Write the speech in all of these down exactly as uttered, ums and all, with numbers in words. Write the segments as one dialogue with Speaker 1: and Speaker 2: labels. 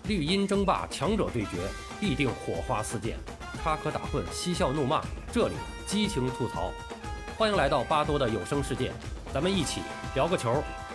Speaker 1: 绿茵争霸，强者对决，必定火花四溅，插科打诨，嬉笑怒骂，这里激情吐槽。欢迎来到巴多的有声世界，咱们一起聊个球。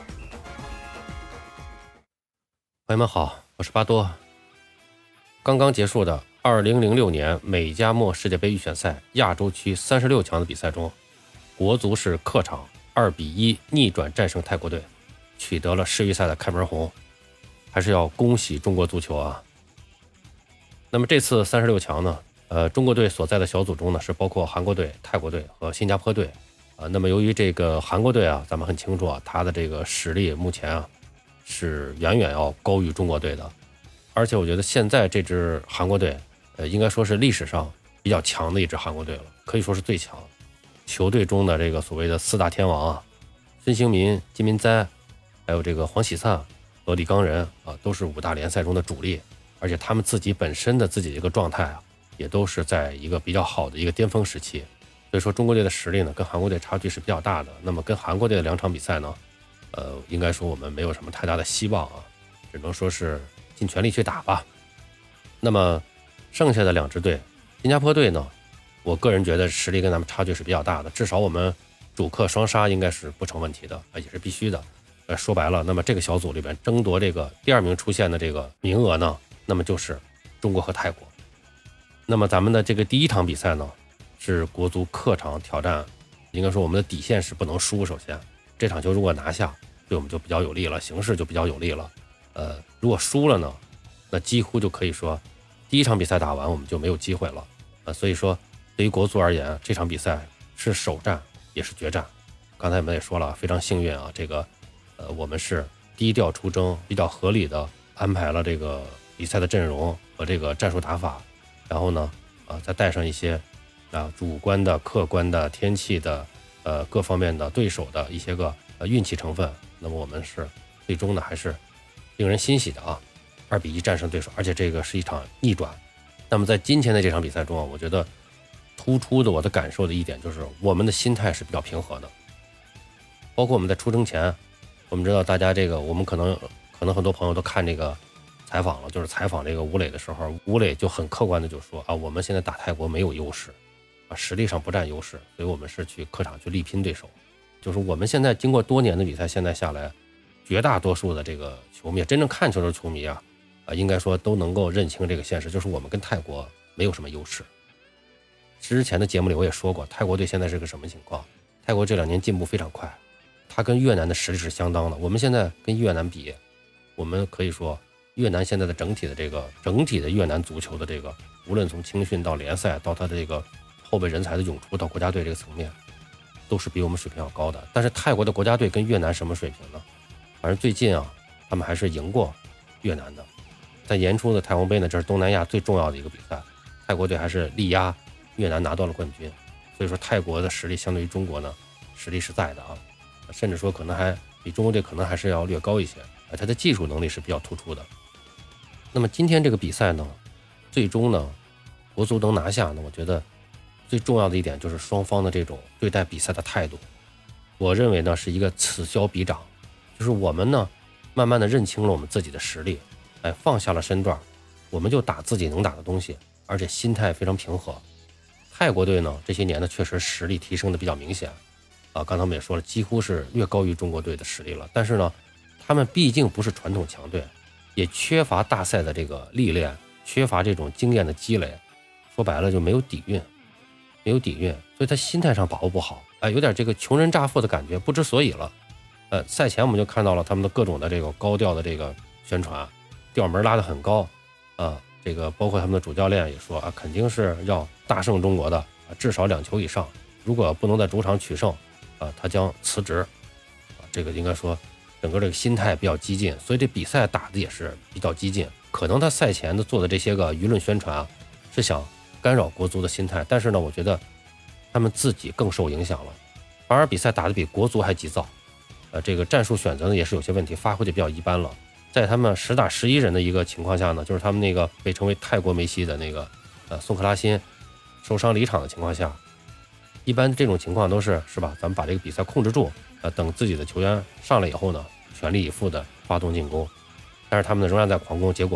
Speaker 1: 朋友们好，我是巴多。刚刚结束的二零零六年美加墨世界杯预选赛亚洲区三十六强的比赛中，国足是客场二比一逆转战胜泰国队，取得了世预赛的开门红。还是要恭喜中国足球啊！那么这次三十六强呢，呃，中国队所在的小组中呢是包括韩国队、泰国队和新加坡队啊、呃。那么由于这个韩国队啊，咱们很清楚啊，他的这个实力目前啊是远远要高于中国队的，而且我觉得现在这支韩国队，呃，应该说是历史上比较强的一支韩国队了，可以说是最强。球队中的这个所谓的四大天王啊，孙兴民、金民哉，还有这个黄喜灿和李刚仁啊，都是五大联赛中的主力，而且他们自己本身的自己的一个状态啊，也都是在一个比较好的一个巅峰时期。所以说中国队的实力呢，跟韩国队差距是比较大的。那么跟韩国队的两场比赛呢，呃，应该说我们没有什么太大的希望啊，只能说是尽全力去打吧。那么剩下的两支队，新加坡队呢，我个人觉得实力跟咱们差距是比较大的，至少我们主客双杀应该是不成问题的，也是必须的。呃，说白了，那么这个小组里边争夺这个第二名出现的这个名额呢，那么就是中国和泰国。那么咱们的这个第一场比赛呢，是国足客场挑战，应该说我们的底线是不能输。首先，这场球如果拿下，对我们就比较有利了，形势就比较有利了。呃，如果输了呢，那几乎就可以说第一场比赛打完我们就没有机会了。呃，所以说对于国足而言，这场比赛是首战也是决战。刚才我们也说了，非常幸运啊，这个。呃，我们是低调出征，比较合理的安排了这个比赛的阵容和这个战术打法，然后呢，呃，再带上一些啊主观的、客观的、天气的，呃各方面的对手的一些个呃运气成分。那么我们是最终呢还是令人欣喜的啊，二比一战胜对手，而且这个是一场逆转。那么在今天的这场比赛中啊，我觉得突出的我的感受的一点就是我们的心态是比较平和的，包括我们在出征前。我们知道大家这个，我们可能可能很多朋友都看这个采访了，就是采访这个吴磊的时候，吴磊就很客观的就说啊，我们现在打泰国没有优势，啊，实力上不占优势，所以我们是去客场去力拼对手。就是我们现在经过多年的比赛，现在下来，绝大多数的这个球迷，真正看球的球迷啊，啊，应该说都能够认清这个现实，就是我们跟泰国没有什么优势。之前的节目里我也说过，泰国队现在是个什么情况？泰国这两年进步非常快。它跟越南的实力是相当的，我们现在跟越南比，我们可以说越南现在的整体的这个整体的越南足球的这个，无论从青训到联赛到它的这个后备人才的涌出到国家队这个层面，都是比我们水平要高的。但是泰国的国家队跟越南什么水平呢？反正最近啊，他们还是赢过越南的。在年初的泰皇杯呢，这是东南亚最重要的一个比赛，泰国队还是力压越南拿到了冠军。所以说泰国的实力相对于中国呢，实力是在的啊。甚至说可能还比中国队可能还是要略高一些，他的技术能力是比较突出的。那么今天这个比赛呢，最终呢，国足能拿下呢，我觉得最重要的一点就是双方的这种对待比赛的态度。我认为呢是一个此消彼长，就是我们呢慢慢的认清了我们自己的实力，哎，放下了身段，我们就打自己能打的东西，而且心态非常平和。泰国队呢这些年呢确实实力提升的比较明显。啊，刚才我们也说了，几乎是略高于中国队的实力了。但是呢，他们毕竟不是传统强队，也缺乏大赛的这个历练，缺乏这种经验的积累，说白了就没有底蕴，没有底蕴，所以他心态上把握不好，哎，有点这个穷人乍富的感觉，不知所以了。呃，赛前我们就看到了他们的各种的这个高调的这个宣传，调门拉得很高，啊，这个包括他们的主教练也说啊，肯定是要大胜中国的，啊，至少两球以上，如果不能在主场取胜。啊，他将辞职，啊，这个应该说整个这个心态比较激进，所以这比赛打的也是比较激进。可能他赛前的做的这些个舆论宣传啊，是想干扰国足的心态，但是呢，我觉得他们自己更受影响了，反而比赛打得比国足还急躁，呃，这个战术选择呢也是有些问题，发挥的比较一般了。在他们实打十一人的一个情况下呢，就是他们那个被称为泰国梅西的那个呃宋克拉辛受伤离场的情况下。一般这种情况都是是吧？咱们把这个比赛控制住，呃，等自己的球员上来以后呢，全力以赴的发动进攻。但是他们呢仍然在狂攻，结果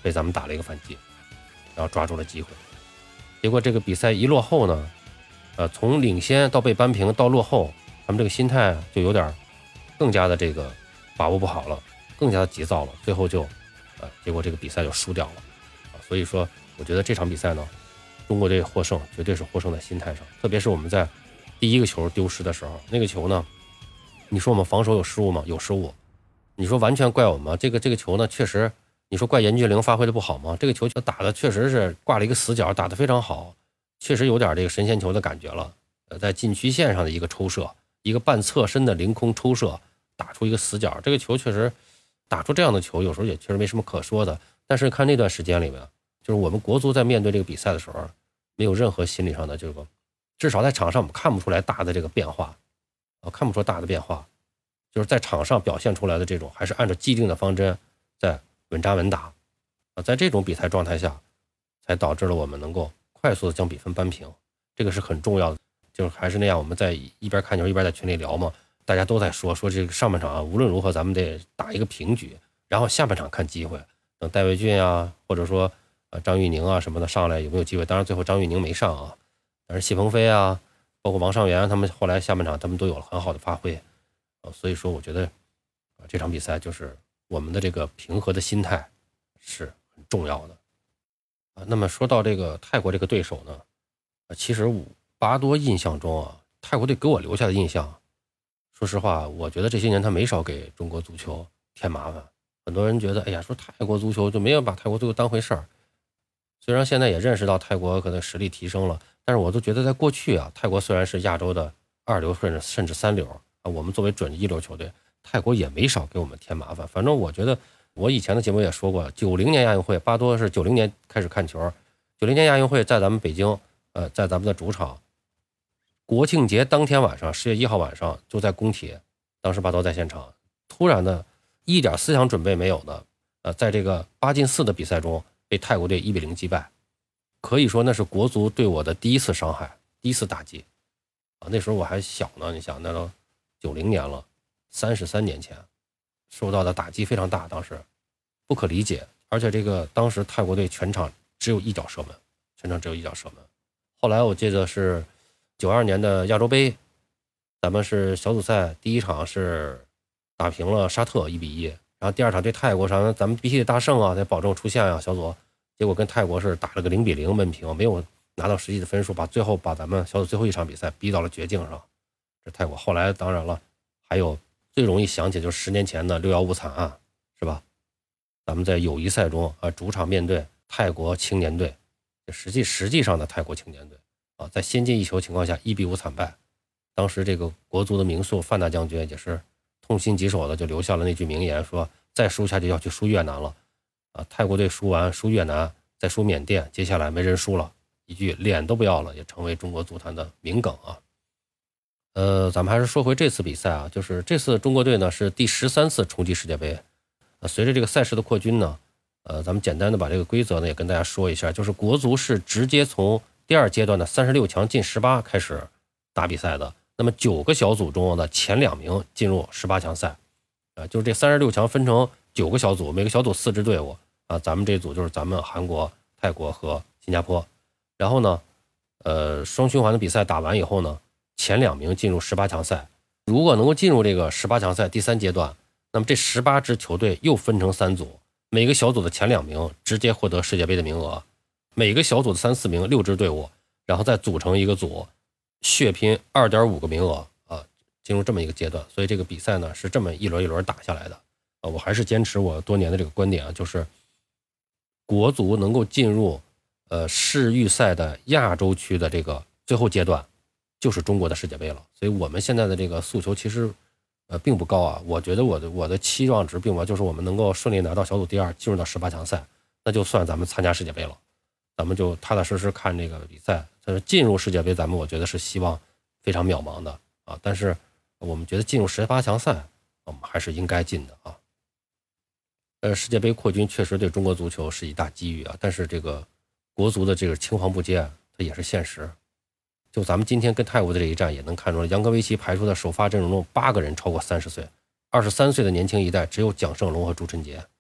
Speaker 1: 被咱们打了一个反击，然后抓住了机会。结果这个比赛一落后呢，呃，从领先到被扳平到落后，他们这个心态就有点更加的这个把握不好了，更加的急躁了，最后就，呃，结果这个比赛就输掉了。啊，所以说，我觉得这场比赛呢，中国队获胜绝对是获胜在心态上，特别是我们在第一个球丢失的时候，那个球呢，你说我们防守有失误吗？有失误。你说完全怪我们这个这个球呢，确实，你说怪严俊凌发挥的不好吗？这个球打的确实是挂了一个死角，打得非常好，确实有点这个神仙球的感觉了。呃，在禁区线上的一个抽射，一个半侧身的凌空抽射，打出一个死角，这个球确实打出这样的球，有时候也确实没什么可说的。但是看那段时间里面，就是我们国足在面对这个比赛的时候，没有任何心理上的这个，至少在场上我们看不出来大的这个变化，啊，看不出大的变化。就是在场上表现出来的这种，还是按照既定的方针在稳扎稳打啊，在这种比赛状态下，才导致了我们能够快速的将比分扳平，这个是很重要的。就是还是那样，我们在一边看球一边在群里聊嘛，大家都在说说这个上半场啊，无论如何咱们得打一个平局，然后下半场看机会，等戴维俊啊，或者说呃张玉宁啊什么的上来有没有机会？当然最后张玉宁没上啊，但是谢鹏飞啊，包括王上源他们后来下半场他们都有了很好的发挥。所以说我觉得这场比赛就是我们的这个平和的心态是很重要的。那么说到这个泰国这个对手呢，其实巴多印象中啊，泰国队给我留下的印象，说实话，我觉得这些年他没少给中国足球添麻烦。很多人觉得，哎呀，说泰国足球就没有把泰国足球当回事儿。虽然现在也认识到泰国可能实力提升了，但是我都觉得在过去啊，泰国虽然是亚洲的二流甚至甚至三流啊，我们作为准一流球队，泰国也没少给我们添麻烦。反正我觉得，我以前的节目也说过，九零年亚运会，巴多是九零年开始看球，九零年亚运会在咱们北京，呃，在咱们的主场，国庆节当天晚上，十月一号晚上就在工体，当时巴多在现场，突然的，一点思想准备没有的，呃，在这个八进四的比赛中被泰国队一比零击败，可以说那是国足对我的第一次伤害，第一次打击啊！那时候我还小呢，你想那都九零年了，三十三年前，受到的打击非常大，当时不可理解。而且这个当时泰国队全场只有一脚射门，全场只有一脚射门。后来我记得是九二年的亚洲杯，咱们是小组赛第一场是打平了沙特一比一，然后第二场对泰国上咱们必须得大胜啊，得保证出线啊小组。结果跟泰国是打了个零比零闷平，没有拿到实际的分数，把最后把咱们小组最后一场比赛逼到了绝境上。这泰国后来当然了，还有最容易想起就是十年前的六幺五惨案，是吧？咱们在友谊赛中啊，主场面对泰国青年队，实际实际上的泰国青年队啊，在先进一球情况下一比五惨败。当时这个国足的名宿范大将军也是痛心疾首的，就留下了那句名言，说再输下去要去输越南了啊！泰国队输完输越南，再输缅甸，接下来没人输了，一句脸都不要了，也成为中国足坛的名梗啊。呃，咱们还是说回这次比赛啊，就是这次中国队呢是第十三次冲击世界杯。呃，随着这个赛事的扩军呢，呃，咱们简单的把这个规则呢也跟大家说一下，就是国足是直接从第二阶段的三十六强进十八开始打比赛的。那么九个小组中的前两名进入十八强赛，呃，就是这三十六强分成九个小组，每个小组四支队伍啊，咱们这组就是咱们韩国、泰国和新加坡。然后呢，呃，双循环的比赛打完以后呢，前两名进入十八强赛。如果能够进入这个十八强赛第三阶段，那么这十八支球队又分成三组，每个小组的前两名直接获得世界杯的名额，每个小组的三四名六支队伍，然后再组成一个组，血拼 二点五 个名额啊，进入这么一个阶段。所以这个比赛呢是这么一轮一轮打下来的啊。我还是坚持我多年的这个观点啊，就是国足能够进入呃世预赛的亚洲区的这个最后阶段，就是中国的世界杯了。所以我们现在的这个诉求其实呃并不高啊。我觉得我的我的期望值并不高，就是我们能够顺利拿到小组第二，进入到十八强赛，那就算咱们参加世界杯了。咱们就踏踏实实看这个比赛，但是进入世界杯，咱们我觉得是希望非常渺茫的啊。但是我们觉得进入十八强赛，我们还是应该进的啊。呃，世界杯扩军确实对中国足球是一大机遇啊，但是这个国足的这个青黄不接，它也是现实。就咱们今天跟泰国的这一战也能看出来，扬科维奇排出的首发阵容中八个人超过三十岁，二十三岁的年轻一代只有蒋胜龙和朱晨杰。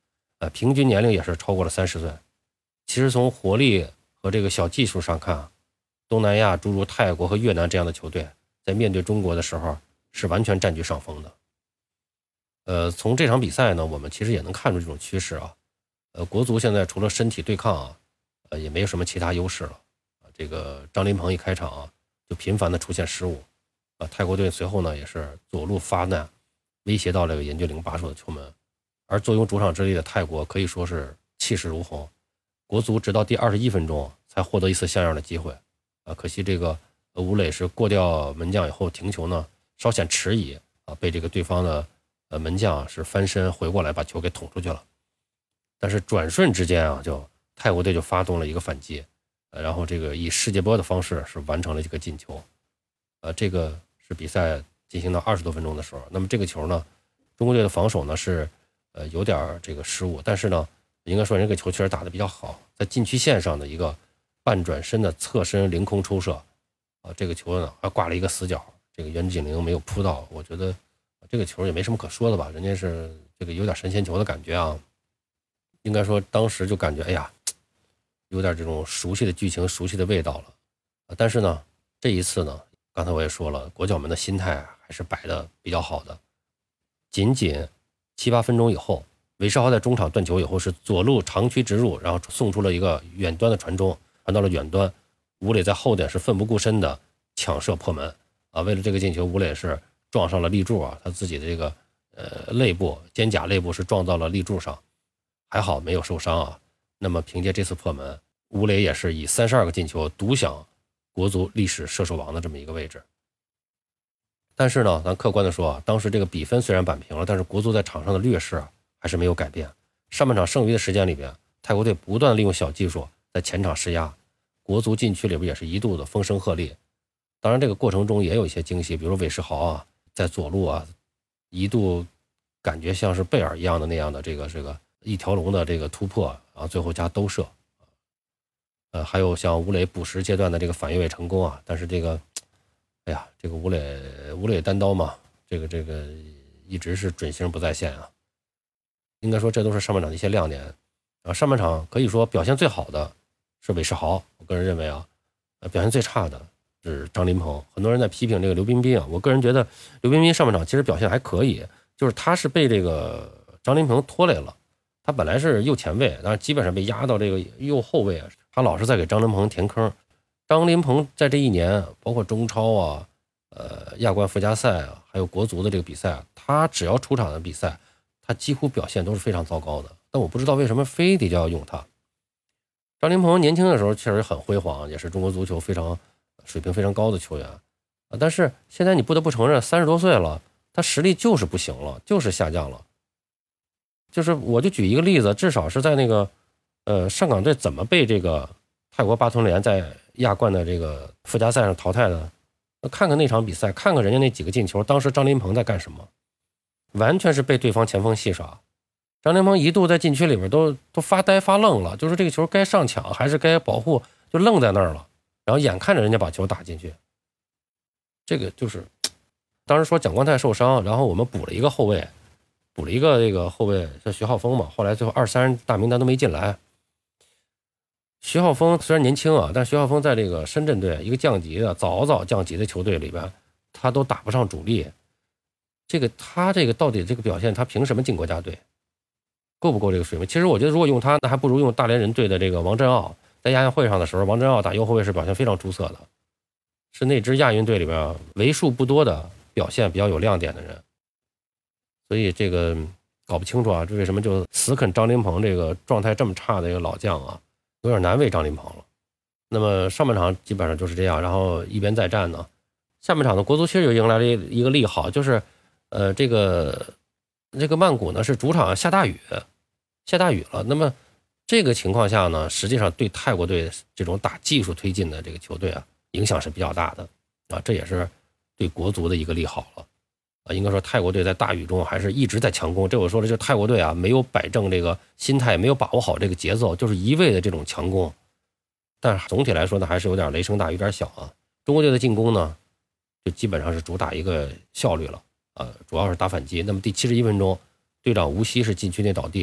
Speaker 1: 呃，平均年龄也是超过了三十岁。其实从活力和这个小技术上看，东南亚诸如泰国和越南这样的球队在面对中国的时候是完全占据上风的。呃，从这场比赛呢，我们其实也能看出这种趋势啊。呃，国足现在除了身体对抗啊，呃，也没有什么其他优势了。这个张琳芃一开场啊，就频繁的出现失误，啊，泰国队随后呢也是左路发难，威胁到这个严俊凌把守的球门。而坐拥主场之力的泰国可以说是气势如虹，国足直到第二十一分钟才获得一次像样的机会，啊，可惜这个吴磊是过掉门将以后停球呢稍显迟疑啊，被这个对方的呃门将是翻身回过来把球给捅出去了。但是转瞬之间啊，就泰国队就发动了一个反击，呃，然后这个以世界波的方式是完成了这个进球，呃，这个是比赛进行到二十多分钟的时候，那么这个球呢，中国队的防守呢是呃有点这个失误，但是呢，应该说这个球确实打得比较好，在禁区线上的一个半转身的侧身凌空抽射，啊，这个球呢还挂了一个死角，这个袁景凌没有扑到，我觉得这个球也没什么可说的吧，人家是这个有点神仙球的感觉啊。应该说当时就感觉哎呀，有点这种熟悉的剧情熟悉的味道了。但是呢这一次呢，刚才我也说了，国脚们的心态还是摆的比较好的。仅仅七八分钟以后，韦世豪在中场断球以后是左路长驱直入，然后送出了一个远端的传中，传到了远端，吴磊在后点是奋不顾身的抢射破门啊！为了这个进球，吴磊是撞上了立柱啊，他自己的这个呃肋部肩胛肋部是撞到了立柱上，还好没有受伤啊。那么凭借这次破门，吴磊也是以三十二个进球独享国足历史射手王的这么一个位置。但是呢，咱客观的说啊，当时这个比分虽然扳平了，但是国足在场上的劣势啊还是没有改变。上半场剩余的时间里边，泰国队不断利用小技术在前场施压，国足禁区里边也是一度的风声鹤唳。当然这个过程中也有一些惊喜，比如韦世豪啊在左路啊一度感觉像是贝尔一样的那样的这个这个一条龙的这个突破，然后最后加兜射。呃，还有像吴磊补时阶段的这个反越位成功啊，但是这个，哎呀，这个吴磊吴磊单刀嘛，这个这个一直是准星不在线啊。应该说这都是上半场的一些亮点啊。上半场可以说表现最好的是韦世豪，我个人认为啊，呃，表现最差的是张琳芃。很多人在批评这个刘彬彬啊，我个人觉得刘彬彬上半场其实表现还可以，就是他是被这个张琳芃拖累了。他本来是右前卫，但是基本上被压到这个右后卫啊，他老是在给张琳芃填坑。张琳芃在这一年，包括中超啊、呃亚冠附加赛啊，还有国足的这个比赛啊，他只要出场的比赛，他几乎表现都是非常糟糕的。但我不知道为什么非得要用他。张琳芃年轻的时候确实很辉煌，也是中国足球非常水平非常高的球员啊。但是现在你不得不承认，三十多岁了，他实力就是不行了，就是下降了。就是我就举一个例子，至少是在那个呃上港队怎么被这个泰国巴吞联在亚冠的这个附加赛上淘汰的，看看那场比赛，看看人家那几个进球，当时张琳芃在干什么？完全是被对方前锋戏耍。张琳芃一度在禁区里边都都发呆发愣了，就是这个球该上抢还是该保护，就愣在那儿了，然后眼看着人家把球打进去。这个就是当时说蒋光太受伤，然后我们补了一个后卫，补了一个这个后卫是徐浩峰嘛，后来最后二三大名单都没进来。徐浩峰虽然年轻啊，但徐浩峰在这个深圳队一个降级的早早降级的球队里边，他都打不上主力。这个他这个到底这个表现，他凭什么进国家队？够不够这个水平？其实我觉得如果用他，那还不如用大连人队的这个王振奥。在亚运会上的时候，王振奥打右后卫是表现非常出色的，是那支亚运队里边为数不多的表现比较有亮点的人。所以这个搞不清楚啊，这为什么就死啃张琳芃这个状态这么差的一个老将啊，有点难为张琳芃了。那么上半场基本上就是这样，然后一边再战呢，下半场的国足其实又迎来了一个利好，就是呃这个这个曼谷呢是主场下大雨，下大雨了。那么这个情况下呢，实际上对泰国队这种打技术推进的这个球队啊，影响是比较大的啊，这也是对国足的一个利好了。啊，应该说泰国队在大雨中还是一直在强攻。这我说的就是泰国队啊，没有摆正这个心态，没有把握好这个节奏，就是一味的这种强攻。但总体来说呢，还是有点雷声大雨点小啊。中国队的进攻呢，就基本上是主打一个效率了，呃，主要是打反击。那么第七十一分钟，队长吴曦是禁区内倒地，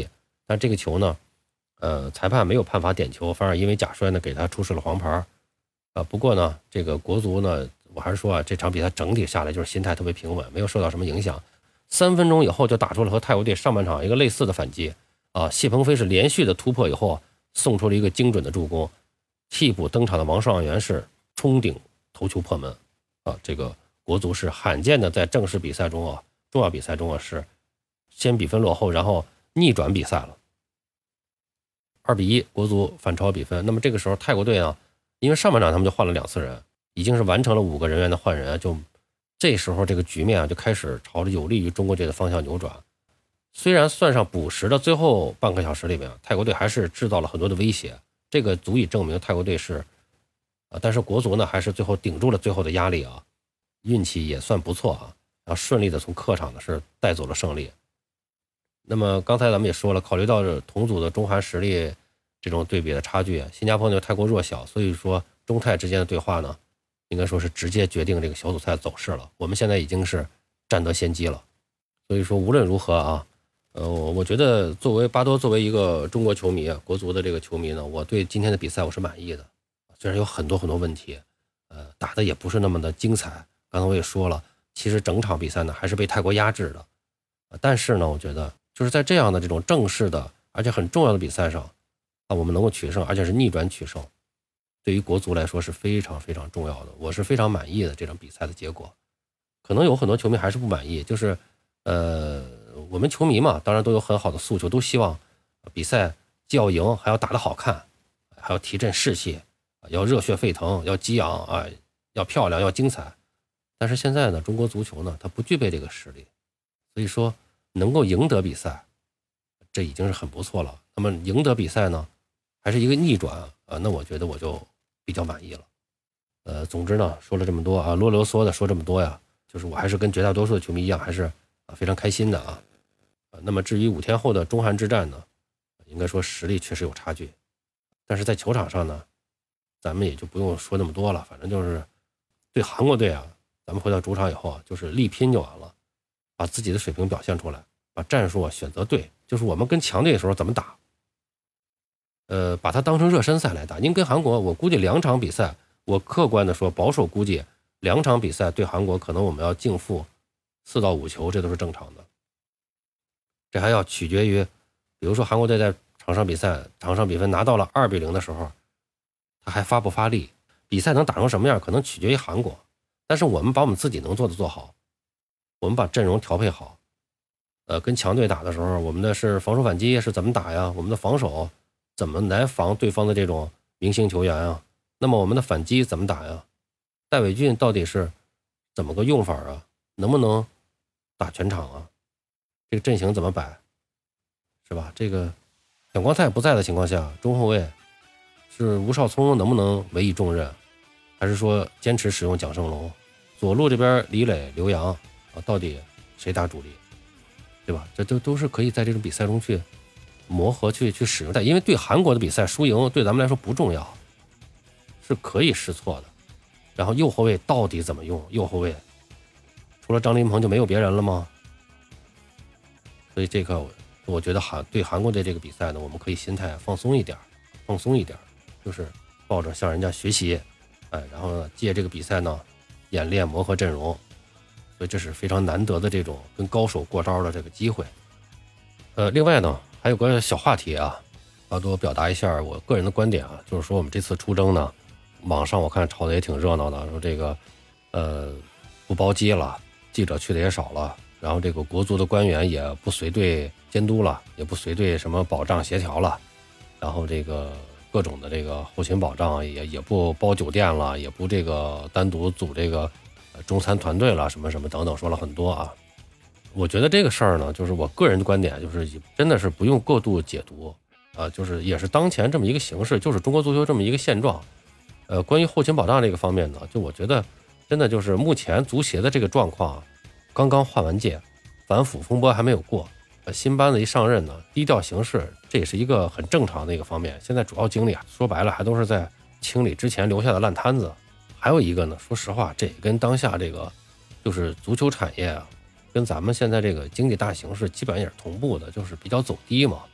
Speaker 1: 但这个球呢，呃，裁判没有判罚点球，反而因为假摔呢给他出示了黄牌。啊，不过呢，这个国足呢，我还是说啊，这场比赛整体下来就是心态特别平稳，没有受到什么影响。三分钟以后就打出了和泰国队上半场一个类似的反击啊，谢鹏飞是连续的突破以后送出了一个精准的助攻，替补登场的王少元是冲顶头球破门啊，这个国足是罕见的在正式比赛中啊，重要比赛中啊是先比分落后，然后逆转比赛了，二比一，国足反超比分。那么这个时候泰国队呢，因为上半场他们就换了两次人，已经是完成了五个人员的换人，就这时候这个局面啊就开始朝着有利于中国队的方向扭转。虽然算上补时的最后半个小时里面，泰国队还是制造了很多的威胁，这个足以证明泰国队是啊，但是国足呢还是最后顶住了最后的压力啊，运气也算不错啊，然后顺利的从客场呢是带走了胜利。那么刚才咱们也说了，考虑到同组的中韩实力这种对比的差距，新加坡呢太过弱小，所以说中泰之间的对话呢，应该说是直接决定这个小组赛走势了。我们现在已经是占得先机了，所以说无论如何啊，呃，我觉得作为巴多作为一个中国球迷，国足的这个球迷呢，我对今天的比赛我是满意的，虽然有很多很多问题，呃，打的也不是那么的精彩。刚才我也说了，其实整场比赛呢还是被泰国压制的，但是呢，我觉得就是在这样的这种正式的而且很重要的比赛上啊，我们能够取胜，而且是逆转取胜，对于国足来说是非常非常重要的。我是非常满意的这场比赛的结果。可能有很多球迷还是不满意，就是呃，我们球迷嘛，当然都有很好的诉求，都希望比赛既要赢，还要打得好看，还要提振士气，要热血沸腾，要激昂啊，要漂亮，要精彩。但是现在呢，中国足球呢，它不具备这个实力，所以说能够赢得比赛，这已经是很不错了。那么赢得比赛呢，还是一个逆转啊，那我觉得我就比较满意了。呃，总之呢，说了这么多啊，啰啰嗦的说这么多呀，就是我还是跟绝大多数的球迷一样，还是啊非常开心的啊。那么至于五天后的中韩之战呢，应该说实力确实有差距，但是在球场上呢，咱们也就不用说那么多了，反正就是对韩国队啊，咱们回到主场以后啊，就是力拼就完了，把自己的水平表现出来，把战术啊选择对，就是我们跟强队的时候怎么打，呃，把它当成热身赛来打。因为跟韩国，我估计两场比赛，我客观的说，保守估计两场比赛对韩国可能我们要净负四到五球，这都是正常的。这还要取决于，比如说韩国队在场上比赛，场上比分拿到了二比零的时候，他还发不发力，比赛能打成什么样，可能取决于韩国。但是我们把我们自己能做的做好，我们把阵容调配好。呃，跟强队打的时候，我们的是防守反击是怎么打呀？我们的防守怎么来防对方的这种明星球员啊？那么我们的反击怎么打呀？戴伟俊到底是怎么个用法啊？能不能打全场啊？这个阵型怎么摆，是吧？这个蒋光太不在的情况下，中后卫是吴少聪能不能委以重任，还是说坚持使用蒋胜龙？左路这边李磊、刘洋啊，到底谁打主力，对吧？这都都是可以在这种比赛中去磨合、去去使用的。因为对韩国的比赛输赢对咱们来说不重要，是可以试错的。然后右后卫到底怎么用？右后卫除了张琳芃就没有别人了吗？所以这个我觉得韩对韩国队这个比赛呢，我们可以心态放松一点，放松一点，就是抱着向人家学习，哎，然后呢借这个比赛呢演练磨合阵容，所以这是非常难得的这种跟高手过招的这个机会。呃，另外呢还有个小话题啊，要多表达一下我个人的观点啊，就是说我们这次出征呢，网上我看炒的也挺热闹的，说这个呃不包机了，记者去的也少了。然后这个国足的官员也不随队监督了，也不随队什么保障协调了，然后这个各种的这个后勤保障也也不包酒店了，也不这个单独组这个中餐团队了，什么什么等等，说了很多啊。我觉得这个事儿呢，就是我个人的观点，就是真的是不用过度解读啊，就是也是当前这么一个形势，就是中国足球这么一个现状。呃，关于后勤保障这个方面呢，就我觉得真的就是目前足协的这个状况。刚刚换完届，反腐风波还没有过，新班子一上任呢，低调行事，这也是一个很正常的一个方面。现在主要精力啊，说白了还都是在清理之前留下的烂摊子。还有一个呢，说实话，这也跟当下这个就是足球产业啊，跟咱们现在这个经济大形势基本也是同步的，就是比较走低嘛。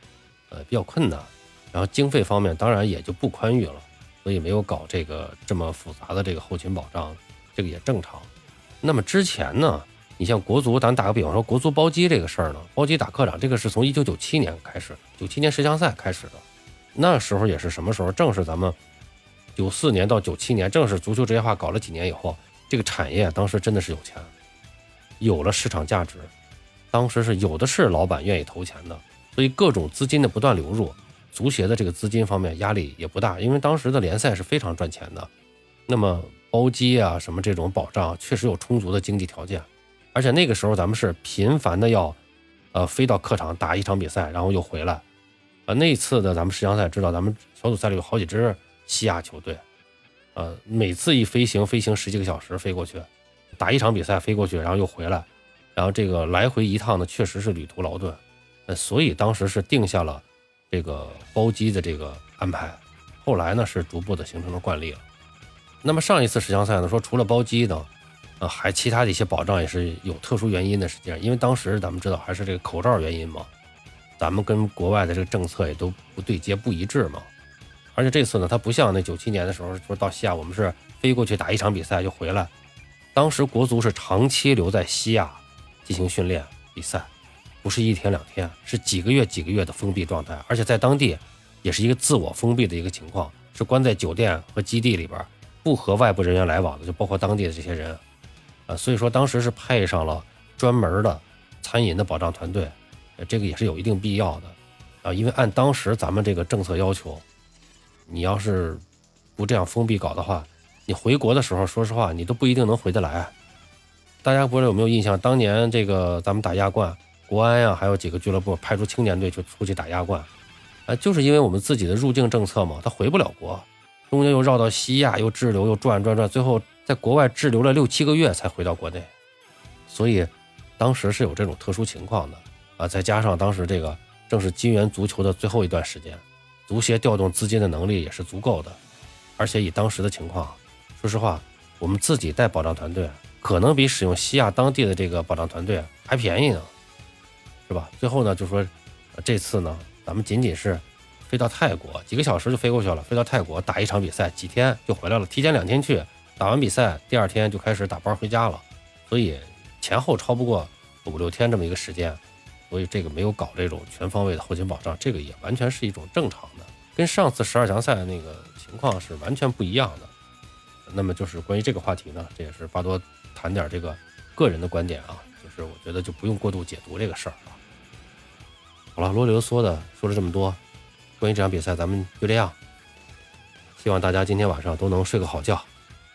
Speaker 1: 呃比较困难，然后经费方面当然也就不宽裕了，所以没有搞这个这么复杂的这个后勤保障，这个也正常。那么之前呢，你像国足，咱打个比方说国足包机这个事儿呢，包机打客场这个是从一九九七年开始，九七年十强赛开始的，那时候也是什么时候？正是咱们九四年到九七年，正是足球职业化搞了几年以后，这个产业当时真的是有钱，有了市场价值，当时是有的是老板愿意投钱的，所以各种资金的不断流入，足协的这个资金方面压力也不大，因为当时的联赛是非常赚钱的。那么包机啊什么这种保障确实有充足的经济条件，而且那个时候咱们是频繁的要呃飞到客场打一场比赛，然后又回来。呃那次的咱们世强赛知道，咱们小组赛里有好几支西亚球队，呃每次一飞行飞行十几个小时飞过去，打一场比赛飞过去，然后又回来，然后这个来回一趟呢确实是旅途劳顿，呃所以当时是定下了这个包机的这个安排，后来呢是逐步的形成了惯例了。那么上一次世强赛呢，说除了包机呢，呃，还其他的一些保障也是有特殊原因的，实际上，因为当时咱们知道还是这个口罩原因嘛，咱们跟国外的这个政策也都不对接、不一致嘛。而且这次呢，它不像那九七年的时候，说到西亚我们是飞过去打一场比赛就回来，当时国足是长期留在西亚进行训练比赛，不是一天两天，是几个月几个月的封闭状态，而且在当地也是一个自我封闭的一个情况，是关在酒店和基地里边。不和外部人员来往的，就包括当地的这些人，呃，所以说当时是配上了专门的餐饮的保障团队，呃，这个也是有一定必要的，啊，因为按当时咱们这个政策要求，你要是不这样封闭搞的话，你回国的时候，说实话，你都不一定能回得来。大家不知道有没有印象，当年这个咱们打亚冠，国安呀、啊，还有几个俱乐部派出青年队就出去打亚冠，呃，就是因为我们自己的入境政策嘛，他回不了国。中间又绕到西亚，又滞留，又转转转，最后在国外滞留了六七个月才回到国内，所以当时是有这种特殊情况的啊。再加上当时这个正是金元足球的最后一段时间，足协调动资金的能力也是足够的，而且以当时的情况，说实话，我们自己带保障团队可能比使用西亚当地的这个保障团队还便宜呢，是吧？最后呢，就说这次呢，咱们仅仅是飞到泰国几个小时就飞过去了，飞到泰国打一场比赛，几天就回来了，提前两天去，打完比赛第二天就开始打包回家了，所以前后超不过五六天这么一个时间，所以这个没有搞这种全方位的后勤保障，这个也完全是一种正常的，跟上次十二强赛的那个情况是完全不一样的。那么就是关于这个话题呢，这也是巴多谈点这个个人的观点啊，就是我觉得就不用过度解读这个事儿啊。好了，啰里啰嗦的说了这么多。关于这场比赛咱们就这样，希望大家今天晚上都能睡个好觉。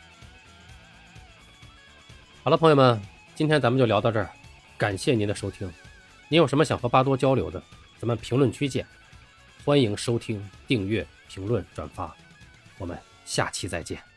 Speaker 1: 好了，朋友们，今天咱们就聊到这儿，感谢您的收听。您有什么想和巴多交流的，咱们评论区见。欢迎收听、订阅、评论、转发，我们下期再见。